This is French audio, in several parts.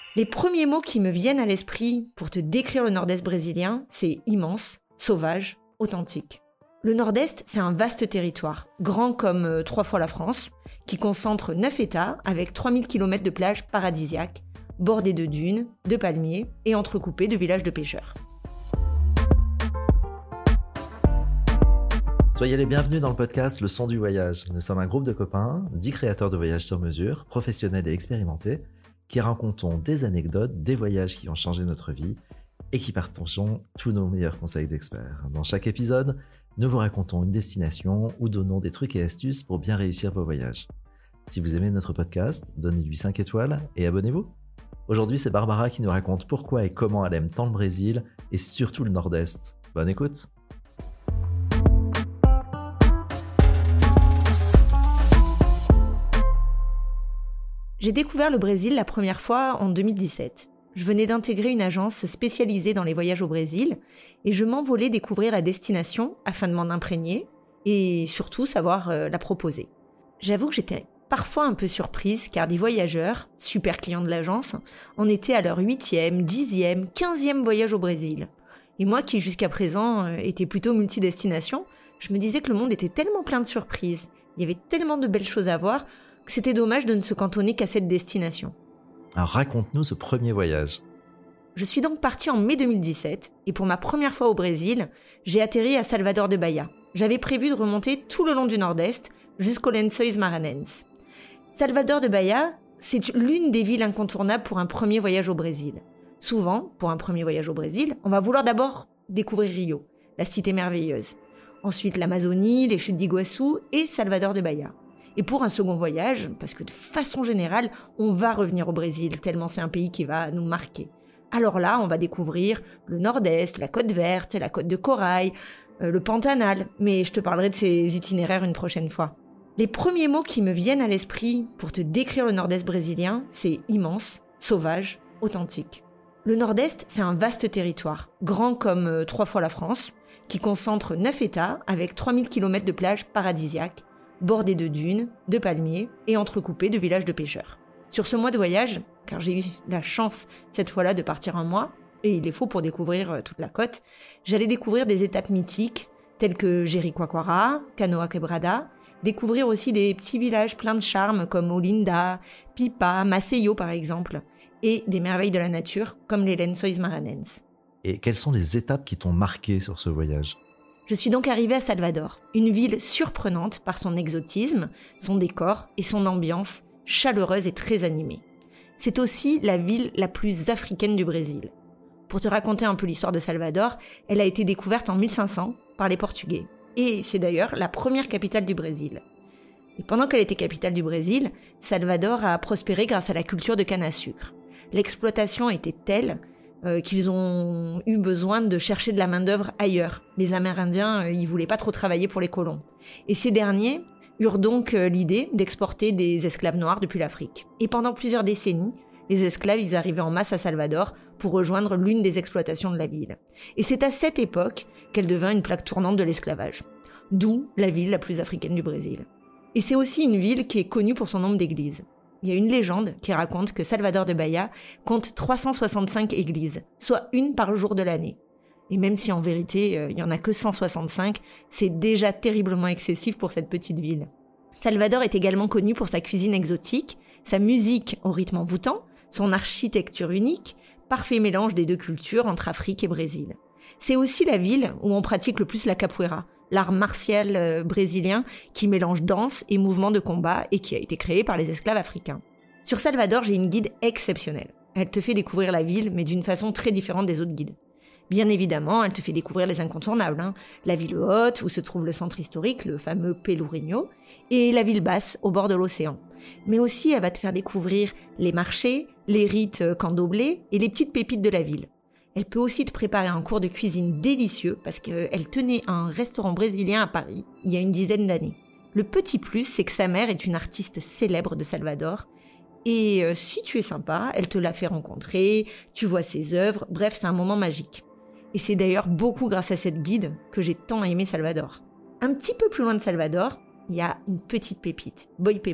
Les premiers mots qui me viennent à l'esprit pour te décrire le Nord-Est brésilien, c'est immense, sauvage, authentique. Le Nord-Est, c'est un vaste territoire, grand comme 3 fois la France, qui concentre 9 États avec 3000 km de plages paradisiaques, bordées de dunes, de palmiers et entrecoupées de villages de pêcheurs. Soyez les bienvenus dans le podcast Le Son du Voyage. Nous sommes un groupe de copains, 10 créateurs de voyages sur mesure, professionnels et expérimentés, qui racontons des anecdotes, des voyages qui ont changé notre vie et qui partageons tous nos meilleurs conseils d'experts. Dans chaque épisode, nous vous racontons une destination ou donnons des trucs et astuces pour bien réussir vos voyages. Si vous aimez notre podcast, donnez-lui 5 étoiles et abonnez-vous. Aujourd'hui, c'est Barbara qui nous raconte pourquoi et comment elle aime tant le Brésil et surtout le Nord-Est. Bonne écoute! J'ai découvert le Brésil la première fois en 2017. Je venais d'intégrer une agence spécialisée dans les voyages au Brésil et je m'envolais découvrir la destination afin de m'en imprégner et surtout savoir la proposer. J'avoue que j'étais parfois un peu surprise car des voyageurs, super clients de l'agence, en étaient à leur 8e, 10e, 15e voyage au Brésil. Et moi qui jusqu'à présent étais plutôt multidestination, je me disais que le monde était tellement plein de surprises, il y avait tellement de belles choses à voir, que c'était dommage de ne se cantonner qu'à cette destination. Alors raconte-nous ce premier voyage. Je suis donc partie en mai 2017 et pour ma première fois au Brésil, j'ai atterri à Salvador de Bahia. J'avais prévu de remonter tout le long du Nord-Est jusqu'aux Lençóis Maranhenses. Salvador de Bahia, c'est l'une des villes incontournables pour un premier voyage au Brésil. Souvent, pour un premier voyage au Brésil, on va vouloir d'abord découvrir Rio, la cité merveilleuse. Ensuite l'Amazonie, les chutes d'Iguassou et Salvador de Bahia. Et pour un second voyage, parce que de façon générale, on va revenir au Brésil, tellement c'est un pays qui va nous marquer. Alors là, on va découvrir le Nord-Est, la côte verte, la côte de corail, le Pantanal, mais je te parlerai de ces itinéraires une prochaine fois. Les premiers mots qui me viennent à l'esprit pour te décrire le Nord-Est brésilien, c'est immense, sauvage, authentique. Le Nord-Est, c'est un vaste territoire, grand comme 3 fois la France, qui concentre 9 États avec 3000 km de plages paradisiaques, bordé de dunes, de palmiers et entrecoupé de villages de pêcheurs. Sur ce mois de voyage, car j'ai eu la chance cette fois-là de partir un mois, et il est faut pour découvrir toute la côte, j'allais découvrir des étapes mythiques telles que Jericoacoara, Canoa Quebrada, découvrir aussi des petits villages pleins de charme comme Olinda, Pipa, Maceió par exemple, et des merveilles de la nature comme les Lençóis Maranhenses. Et quelles sont les étapes qui t'ont marqué sur ce voyage ? Je suis donc arrivée à Salvador, une ville surprenante par son exotisme, son décor et son ambiance chaleureuse et très animée. C'est aussi la ville la plus africaine du Brésil. Pour te raconter un peu l'histoire de Salvador, elle a été découverte en 1500 par les Portugais. Et c'est d'ailleurs la première capitale du Brésil. Et pendant qu'elle était capitale du Brésil, Salvador a prospéré grâce à la culture de canne à sucre. L'exploitation était telle qu'ils ont eu besoin de chercher de la main-d'œuvre ailleurs. Les Amérindiens, ils voulaient pas trop travailler pour les colons. Et ces derniers eurent donc l'idée d'exporter des esclaves noirs depuis l'Afrique. Et pendant plusieurs décennies, les esclaves, ils arrivaient en masse à Salvador pour rejoindre l'une des exploitations de la ville. Et c'est à cette époque qu'elle devint une plaque tournante de l'esclavage. D'où la ville la plus africaine du Brésil. Et c'est aussi une ville qui est connue pour son nombre d'églises. Il y a une légende qui raconte que Salvador de Bahia compte 365 églises, soit une par jour de l'année. Et même si en vérité, il n'y en a que 165, c'est déjà terriblement excessif pour cette petite ville. Salvador est également connu pour sa cuisine exotique, sa musique au rythme envoûtant, son architecture unique, parfait mélange des deux cultures entre Afrique et Brésil. C'est aussi la ville où on pratique le plus la capoeira, l'art martial brésilien qui mélange danse et mouvements de combat et qui a été créé par les esclaves africains. Sur Salvador, j'ai une guide exceptionnelle. Elle te fait découvrir la ville, mais d'une façon très différente des autres guides. Bien évidemment, elle te fait découvrir les incontournables, la ville haute où se trouve le centre historique, le fameux Pelourinho, et la ville basse au bord de l'océan. Mais aussi, elle va te faire découvrir les marchés, les rites candomblés et les petites pépites de la ville. Elle peut aussi te préparer un cours de cuisine délicieux parce qu'elle tenait un restaurant brésilien à Paris il y a une dizaine d'années. Le petit plus, c'est que sa mère est une artiste célèbre de Salvador. Et si tu es sympa, elle te la fait rencontrer, tu vois ses œuvres, bref, c'est un moment magique. Et c'est d'ailleurs beaucoup grâce à cette guide que j'ai tant aimé Salvador. Un petit peu plus loin de Salvador, il y a une petite pépite, Boipeba.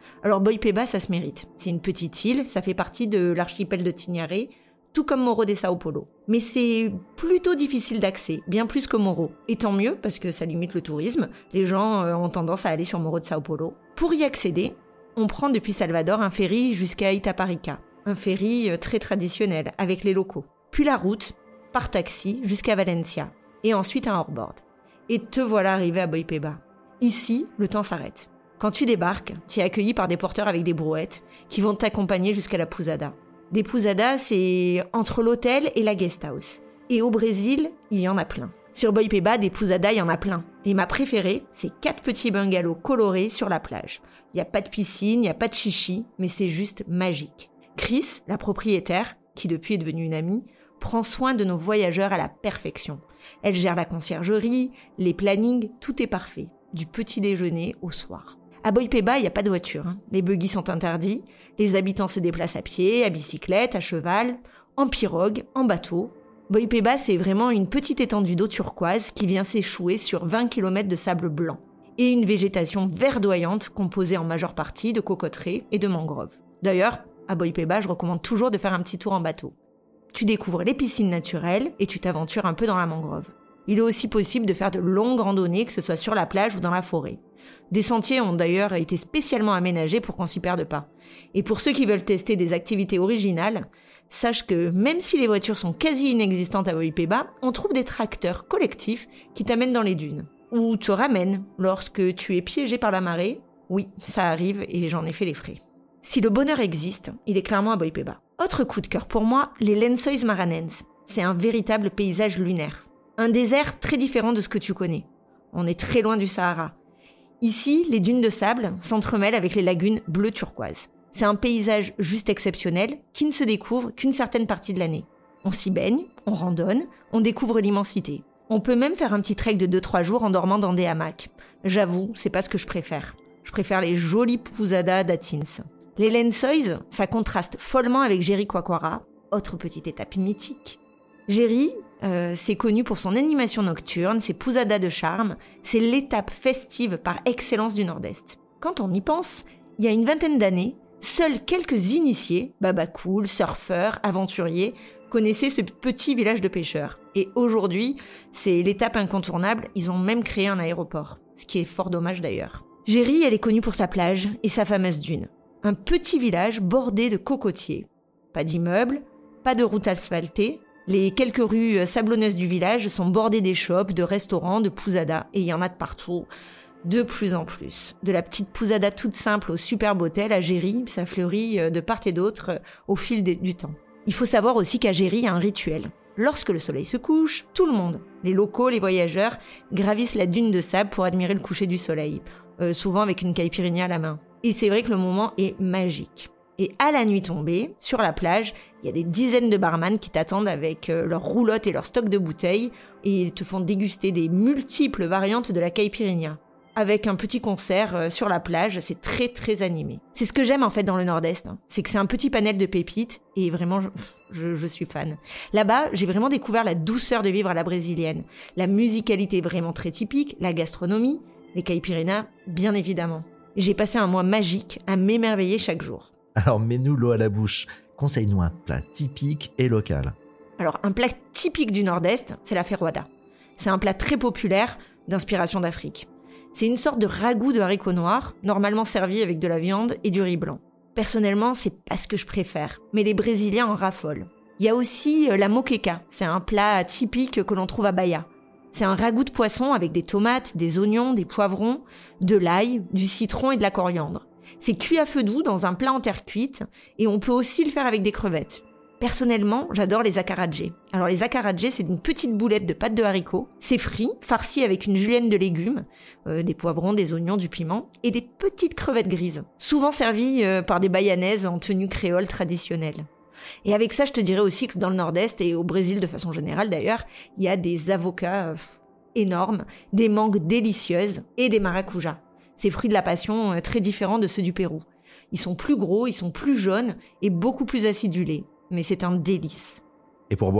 Alors Boipeba, ça se mérite. C'est une petite île, ça fait partie de l'archipel de Tinharé, tout comme Morro de Sao Paulo. Mais c'est plutôt difficile d'accès, bien plus que Morro. Et tant mieux, parce que ça limite le tourisme. Les gens ont tendance à aller sur Morro de Sao Paulo. Pour y accéder, on prend depuis Salvador un ferry jusqu'à Itaparica. Un ferry très traditionnel, avec les locaux. Puis la route, par taxi, jusqu'à Valencia. Et ensuite un hors-board. Et te voilà arrivé à Boipeba. Ici, le temps s'arrête. Quand tu débarques, tu es accueilli par des porteurs avec des brouettes qui vont t'accompagner jusqu'à la pousada. Des pousadas, c'est entre l'hôtel et la guest house. Et au Brésil, il y en a plein. Sur Boipeba, des pousadas, il y en a plein. Et ma préférée, c'est 4 petits bungalows colorés sur la plage. Il n'y a pas de piscine, il n'y a pas de chichi, mais c'est juste magique. Chris, la propriétaire, qui depuis est devenue une amie, prend soin de nos voyageurs à la perfection. Elle gère la conciergerie, les plannings, tout est parfait. Du petit déjeuner au soir. À Boipeba, il n'y a pas de voiture. Les buggy sont interdits. Les habitants se déplacent à pied, à bicyclette, à cheval, en pirogue, en bateau. Boipeba, c'est vraiment une petite étendue d'eau turquoise qui vient s'échouer sur 20 km de sable blanc. Et une végétation verdoyante composée en majeure partie de cocoteraies et de mangroves. D'ailleurs, à Boipeba, je recommande toujours de faire un petit tour en bateau. Tu découvres les piscines naturelles et tu t'aventures un peu dans la mangrove. Il est aussi possible de faire de longues randonnées, que ce soit sur la plage ou dans la forêt. Des sentiers ont d'ailleurs été spécialement aménagés pour qu'on s'y perde pas. Et pour ceux qui veulent tester des activités originales, sache que même si les voitures sont quasi inexistantes à Boipeba, on trouve des tracteurs collectifs qui t'amènent dans les dunes. Ou te ramènent lorsque tu es piégé par la marée. Oui, ça arrive et j'en ai fait les frais. Si le bonheur existe, il est clairement à Boipeba. Autre coup de cœur pour moi, les Lençóis Maranhenses. C'est un véritable paysage lunaire. Un désert très différent de ce que tu connais. On est très loin du Sahara. Ici, les dunes de sable s'entremêlent avec les lagunes bleu turquoise. C'est un paysage juste exceptionnel qui ne se découvre qu'une certaine partie de l'année. On s'y baigne, on randonne, on découvre l'immensité. On peut même faire un petit trek de 2-3 jours en dormant dans des hamacs. J'avoue, c'est pas ce que je préfère. Je préfère les jolies pousadas d'Atins. Les Lençóis, ça contraste follement avec Jericoacoara, autre petite étape mythique. Jeri, c'est connu pour son animation nocturne, ses pousadas de charme, c'est l'étape festive par excellence du Nord-Est. Quand on y pense, il y a une vingtaine d'années, seuls quelques initiés, babacools, surfeurs, aventuriers, connaissaient ce petit village de pêcheurs. Et aujourd'hui, c'est l'étape incontournable, ils ont même créé un aéroport, ce qui est fort dommage d'ailleurs. Jeri, elle est connue pour sa plage et sa fameuse dune. Un petit village bordé de cocotiers. Pas d'immeubles, pas de routes asphaltées. Les quelques rues sablonneuses du village sont bordées des shops, de restaurants, de pousadas. Et il y en a de partout, de plus en plus. De la petite pousada toute simple au superbe hôtel à Jeri, ça fleurit de part et d'autre au fil du temps. Il faut savoir aussi qu'à Jeri, il y a un rituel. Lorsque le soleil se couche, tout le monde, les locaux, les voyageurs, gravissent la dune de sable pour admirer le coucher du soleil. Souvent avec une caipirinha à la main. Et c'est vrai que le moment est magique. Et à la nuit tombée, sur la plage, il y a des dizaines de barman qui t'attendent avec leurs roulottes et leur stock de bouteilles et te font déguster des multiples variantes de la caipirinha. Avec un petit concert sur la plage, c'est très très animé. C'est ce que j'aime en fait dans le Nord-Est, c'est que c'est un petit panel de pépites et vraiment je suis fan. Là-bas, j'ai vraiment découvert la douceur de vivre à la brésilienne, la musicalité vraiment très typique, la gastronomie, les caipirinhas bien évidemment. J'ai passé un mois magique à m'émerveiller chaque jour. Alors mets-nous l'eau à la bouche, conseille-nous un plat typique et local. Alors un plat typique du Nord-Est, c'est la ferroada. C'est un plat très populaire d'inspiration d'Afrique. C'est une sorte de ragoût de haricots noirs, normalement servi avec de la viande et du riz blanc. Personnellement, c'est pas ce que je préfère, mais les Brésiliens en raffolent. Il y a aussi la moqueca, c'est un plat typique que l'on trouve à Bahia. C'est un ragoût de poisson avec des tomates, des oignons, des poivrons, de l'ail, du citron et de la coriandre. C'est cuit à feu doux dans un plat en terre cuite et on peut aussi le faire avec des crevettes. Personnellement, j'adore les acarajés. Alors les acarajés, c'est une petite boulette de pâte de haricots. C'est frit, farci avec une julienne de légumes, des poivrons, des oignons, du piment et des petites crevettes grises. Souvent servies par des baïanaises en tenue créole traditionnelle. Et avec ça, je te dirais aussi que dans le Nord-Est et au Brésil de façon générale d'ailleurs, il y a des avocats énormes, des mangues délicieuses et des maracujas. Ces fruits de la passion très différents de ceux du Pérou. Ils sont plus gros, ils sont plus jaunes et beaucoup plus acidulés. Mais c'est un délice. Et pour boire ?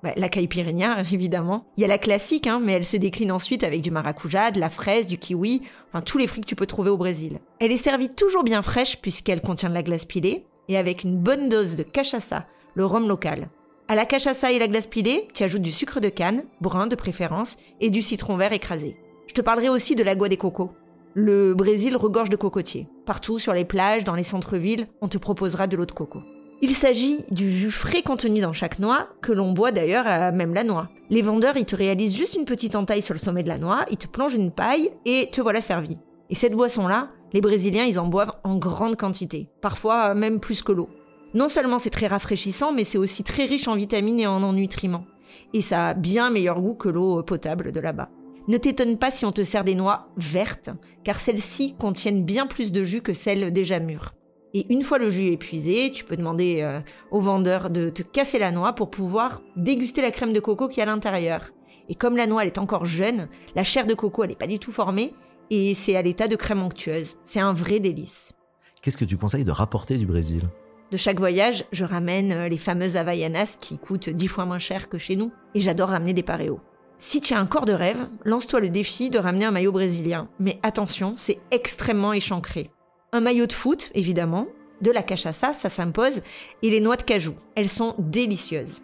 La caipirinha, évidemment. Il y a la classique, mais elle se décline ensuite avec du maracuja, de la fraise, du kiwi, tous les fruits que tu peux trouver au Brésil. Elle est servie toujours bien fraîche puisqu'elle contient de la glace pilée et avec une bonne dose de cachaça, le rhum local. À la cachaça et la glace pilée, tu ajoutes du sucre de canne, brun de préférence, et du citron vert écrasé. Je te parlerai aussi de l'agua de coco. Le Brésil regorge de cocotiers. Partout, sur les plages, dans les centres-villes, on te proposera de l'eau de coco. Il s'agit du jus frais contenu dans chaque noix, que l'on boit d'ailleurs à même la noix. Les vendeurs, ils te réalisent juste une petite entaille sur le sommet de la noix, ils te plongent une paille et te voilà servi. Et cette boisson-là, les Brésiliens, ils en boivent en grande quantité, parfois même plus que l'eau. Non seulement c'est très rafraîchissant, mais c'est aussi très riche en vitamines et en nutriments. Et ça a bien meilleur goût que l'eau potable de là-bas. Ne t'étonne pas si on te sert des noix vertes, car celles-ci contiennent bien plus de jus que celles déjà mûres. Et une fois le jus épuisé, tu peux demander au vendeur de te casser la noix pour pouvoir déguster la crème de coco qui est à l'intérieur. Et comme la noix elle est encore jeune, la chair de coco elle n'est pas du tout formée et c'est à l'état de crème onctueuse. C'est un vrai délice. Qu'est-ce que tu conseilles de rapporter du Brésil ? De chaque voyage, je ramène les fameuses Havaianas qui coûtent 10 fois moins cher que chez nous. Et j'adore ramener des pareos. Si tu as un corps de rêve, lance-toi le défi de ramener un maillot brésilien. Mais attention, c'est extrêmement échancré. Un maillot de foot, évidemment, de la cachaça, ça s'impose, et les noix de cajou. Elles sont délicieuses.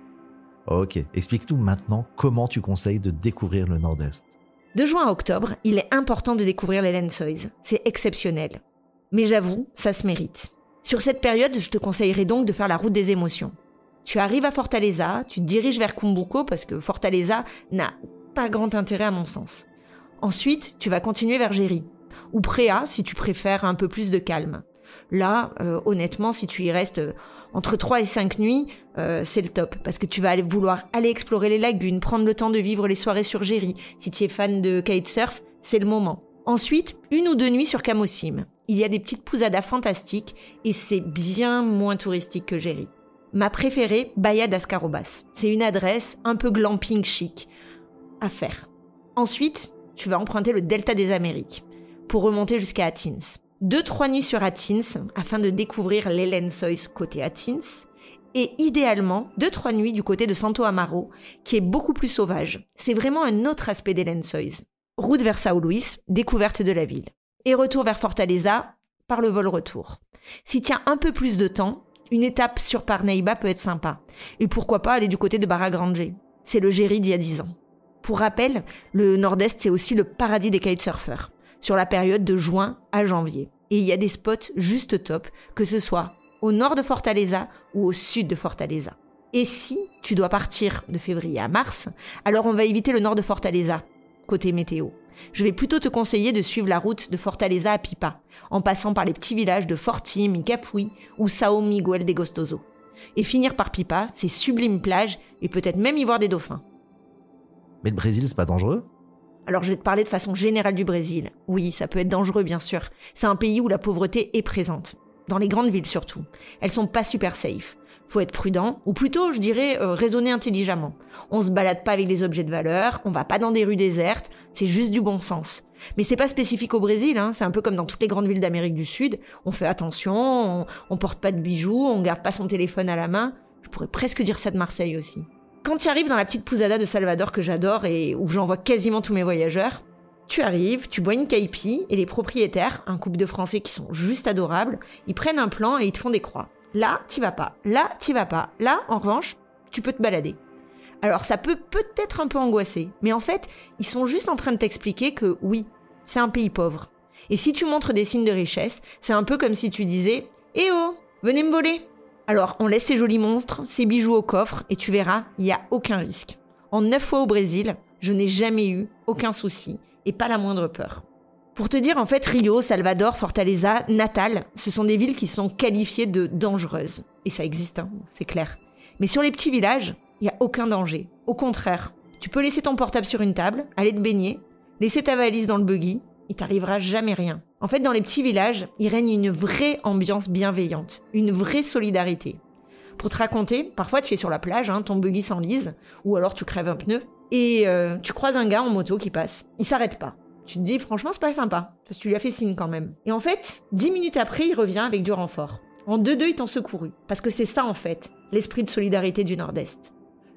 Ok, explique-nous maintenant comment tu conseilles de découvrir le Nord-Est. De juin à octobre, il est important de découvrir les Lençóis. C'est exceptionnel. Mais j'avoue, ça se mérite. Sur cette période, je te conseillerais donc de faire la route des émotions. Tu arrives à Fortaleza, tu te diriges vers Cumbuco parce que Fortaleza n'a pas grand intérêt à mon sens. Ensuite, tu vas continuer vers Jeri, ou Préa si tu préfères un peu plus de calme. Là, honnêtement, si tu y restes entre 3 et 5 nuits, c'est le top, parce que tu vas vouloir aller explorer les lagunes, prendre le temps de vivre les soirées sur Jeri. Si tu es fan de kitesurf, c'est le moment. Ensuite, 1 ou 2 nuits sur Camocim. Il y a des petites pousadas fantastiques et c'est bien moins touristique que Jeri. Ma préférée, Baía das Carrobas. C'est une adresse un peu glamping chic à faire. Ensuite, tu vas emprunter le delta des Amériques pour remonter jusqu'à Atins. 2-3 nuits sur Atins afin de découvrir les Lençóis côté Atins et idéalement 2-3 nuits du côté de Santo Amaro qui est beaucoup plus sauvage. C'est vraiment un autre aspect des Lençóis. Route vers São Luís, découverte de la ville. Et retour vers Fortaleza par le vol retour. Si tu as un peu plus de temps, une étape sur Parnaíba peut être sympa. Et pourquoi pas aller du côté de Barra Grande. C'est le Jeri d'il y a 10 ans. Pour rappel, le Nord-Est c'est aussi le paradis des kitesurfers, sur la période de juin à janvier. Et il y a des spots juste top, que ce soit au nord de Fortaleza ou au sud de Fortaleza. Et si tu dois partir de février à mars, alors on va éviter le nord de Fortaleza, côté météo. Je vais plutôt te conseiller de suivre la route de Fortaleza à Pipa, en passant par les petits villages de Fortim, Icapuí ou São Miguel de Gostoso. Et finir par Pipa, c'est sublime plage et peut-être même y voir des dauphins. Mais le Brésil, c'est pas dangereux ? Alors je vais te parler de façon générale du Brésil. Oui, ça peut être dangereux bien sûr. C'est un pays où la pauvreté est présente. Dans les grandes villes surtout. Elles sont pas super safe. Faut être prudent, ou plutôt, je dirais, raisonner intelligemment. On se balade pas avec des objets de valeur, on va pas dans des rues désertes, c'est juste du bon sens. Mais c'est pas spécifique au Brésil, c'est un peu comme dans toutes les grandes villes d'Amérique du Sud. On fait attention, on porte pas de bijoux, on garde pas son téléphone à la main. Je pourrais presque dire ça de Marseille aussi. Quand tu arrives dans la petite pousada de Salvador que j'adore et où j'envoie quasiment tous mes voyageurs, tu arrives, tu bois une caipi et les propriétaires, un couple de Français qui sont juste adorables, ils prennent un plan et ils te font des croix. Là, t'y vas pas. Là, t'y vas pas. Là, en revanche, tu peux te balader. Alors, ça peut peut-être un peu angoisser, mais en fait, ils sont juste en train de t'expliquer que oui, c'est un pays pauvre. Et si tu montres des signes de richesse, c'est un peu comme si tu disais « Eh oh, venez me voler !» Alors, on laisse ces jolis monstres, ces bijoux au coffre, et tu verras, il n'y a aucun risque. En 9 fois au Brésil, je n'ai jamais eu aucun souci, et pas la moindre peur. Pour te dire, en fait, Rio, Salvador, Fortaleza, Natal, ce sont des villes qui sont qualifiées de dangereuses. Et ça existe, c'est clair. Mais sur les petits villages, il n'y a aucun danger. Au contraire, tu peux laisser ton portable sur une table, aller te baigner, laisser ta valise dans le buggy, il t'arrivera jamais rien. En fait, dans les petits villages, il règne une vraie ambiance bienveillante, une vraie solidarité. Pour te raconter, parfois tu es sur la plage, ton buggy s'enlise, ou alors tu crèves un pneu, et tu croises un gars en moto qui passe. Il s'arrête pas. Tu te dis, franchement, c'est pas sympa, parce que tu lui as fait signe quand même. Et en fait, 10 minutes après, il revient avec du renfort. En 2-2, ils t'ont secouru. Parce que c'est ça, en fait, l'esprit de solidarité du Nord-Est.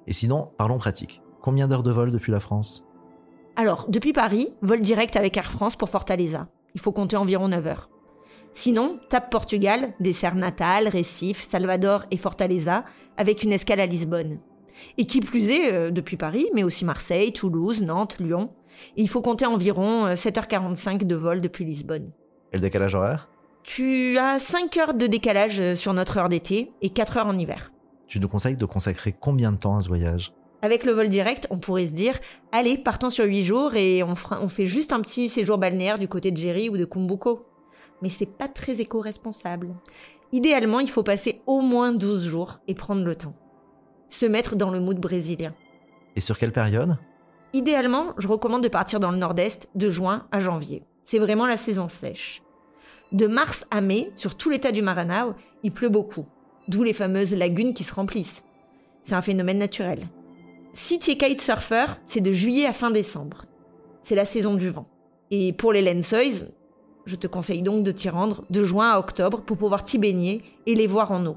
Et sinon, parlons pratique. Combien d'heures de vol depuis la France ? Alors, depuis Paris, vol direct avec Air France pour Fortaleza. Il faut compter environ 9 heures. Sinon, tape Portugal, dessert Natal, Recife, Salvador et Fortaleza, avec une escale à Lisbonne. Et qui plus est, depuis Paris, mais aussi Marseille, Toulouse, Nantes, Lyon. Et il faut compter environ 7h45 de vol depuis Lisbonne. Et le décalage horaire ? Tu as 5 heures de décalage sur notre heure d'été et 4 heures en hiver. Tu nous conseilles de consacrer combien de temps à ce voyage ? Avec le vol direct, on pourrait se dire « Allez, partons sur 8 jours et on fait juste un petit séjour balnéaire du côté de Jeri ou de Kumbuko. » Mais c'est pas très éco-responsable. Idéalement, il faut passer au moins 12 jours et prendre le temps. Se mettre dans le mood brésilien. Et sur quelle période ? Idéalement, je recommande de partir dans le nord-est de juin à janvier. C'est vraiment la saison sèche. De mars à mai, sur tout l'état du Maranhão, il pleut beaucoup. D'où les fameuses lagunes qui se remplissent. C'est un phénomène naturel. Si tu es kitesurfer, c'est de juillet à fin décembre. C'est la saison du vent. Et pour les lençóis, je te conseille donc de t'y rendre de juin à octobre pour pouvoir t'y baigner et les voir en eau.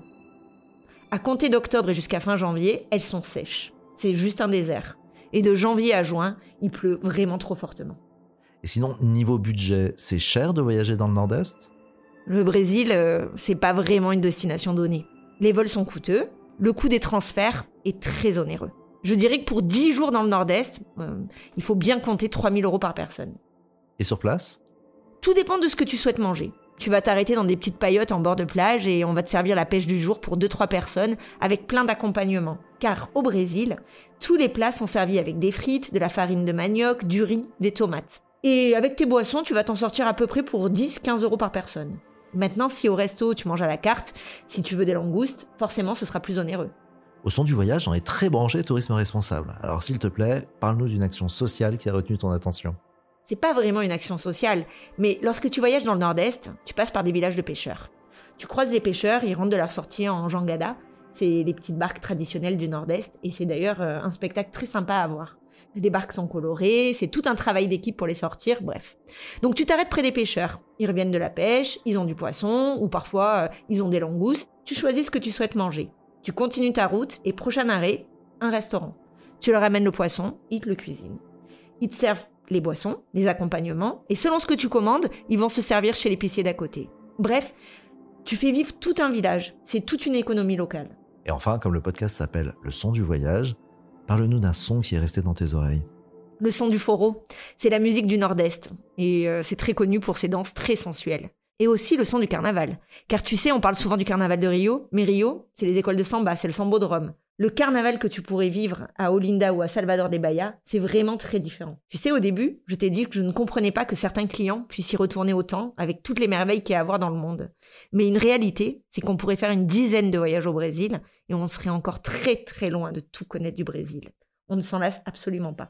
À compter d'octobre et jusqu'à fin janvier, elles sont sèches. C'est juste un désert. Et de janvier à juin, il pleut vraiment trop fortement. Et sinon, niveau budget, c'est cher de voyager dans le nord-est ? Le Brésil, c'est pas vraiment une destination donnée. Les vols sont coûteux, le coût des transferts est très onéreux. Je dirais que pour 10 jours dans le nord-est, il faut bien compter 3 000 € par personne. Et sur place ? Tout dépend de ce que tu souhaites manger. Tu vas t'arrêter dans des petites paillotes en bord de plage et on va te servir la pêche du jour pour 2-3 personnes avec plein d'accompagnements. Car au Brésil, tous les plats sont servis avec des frites, de la farine de manioc, du riz, des tomates. Et avec tes boissons, tu vas t'en sortir à peu près pour 10-15 € par personne. Maintenant, si au resto, tu manges à la carte, si tu veux des langoustes, forcément, ce sera plus onéreux. Au son du voyage, on est très branché tourisme responsable. Alors s'il te plaît, parle-nous d'une action sociale qui a retenu ton attention. C'est pas vraiment une action sociale, mais lorsque tu voyages dans le nord-est, tu passes par des villages de pêcheurs. Tu croises les pêcheurs, ils rentrent de leur sortie en jangada, c'est les petites barques traditionnelles du nord-est, et c'est d'ailleurs un spectacle très sympa à voir. Les barques sont colorées, c'est tout un travail d'équipe pour les sortir, bref. Donc tu t'arrêtes près des pêcheurs, ils reviennent de la pêche, ils ont du poisson, ou parfois ils ont des langoustes, tu choisis ce que tu souhaites manger. Tu continues ta route, et prochain arrêt, un restaurant. Tu leur amènes le poisson, ils te le cuisinent. Ils te servent les boissons, les accompagnements, et selon ce que tu commandes, ils vont se servir chez l'épicier d'à côté. Bref, tu fais vivre tout un village, c'est toute une économie locale. Et enfin, comme le podcast s'appelle « Le son du voyage », parle-nous d'un son qui est resté dans tes oreilles. Le son du forró, c'est la musique du nord-est, et c'est très connu pour ses danses très sensuelles. Et aussi le son du carnaval. Car tu sais, on parle souvent du carnaval de Rio, mais Rio, c'est les écoles de samba, c'est le sambodrome. Le carnaval que tu pourrais vivre à Olinda ou à Salvador de Bahia, c'est vraiment très différent. Tu sais, au début, je t'ai dit que je ne comprenais pas que certains clients puissent y retourner autant avec toutes les merveilles qu'il y a à voir dans le monde. Mais une réalité, c'est qu'on pourrait faire une dizaine de voyages au Brésil et on serait encore très très loin de tout connaître du Brésil. On ne s'en lasse absolument pas.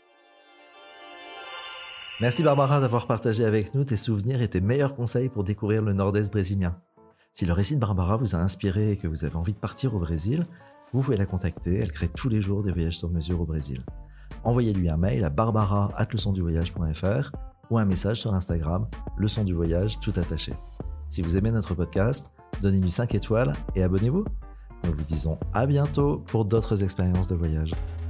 Merci Barbara d'avoir partagé avec nous tes souvenirs et tes meilleurs conseils pour découvrir le nord-est brésilien. Si le récit de Barbara vous a inspiré et que vous avez envie de partir au Brésil, vous pouvez la contacter, elle crée tous les jours des voyages sur mesure au Brésil. Envoyez-lui un mail à barbara@leçonduvoyage.fr ou un message sur Instagram, leçon du voyage tout attaché. Si vous aimez notre podcast, donnez-lui 5 étoiles et abonnez-vous. Nous vous disons à bientôt pour d'autres expériences de voyage.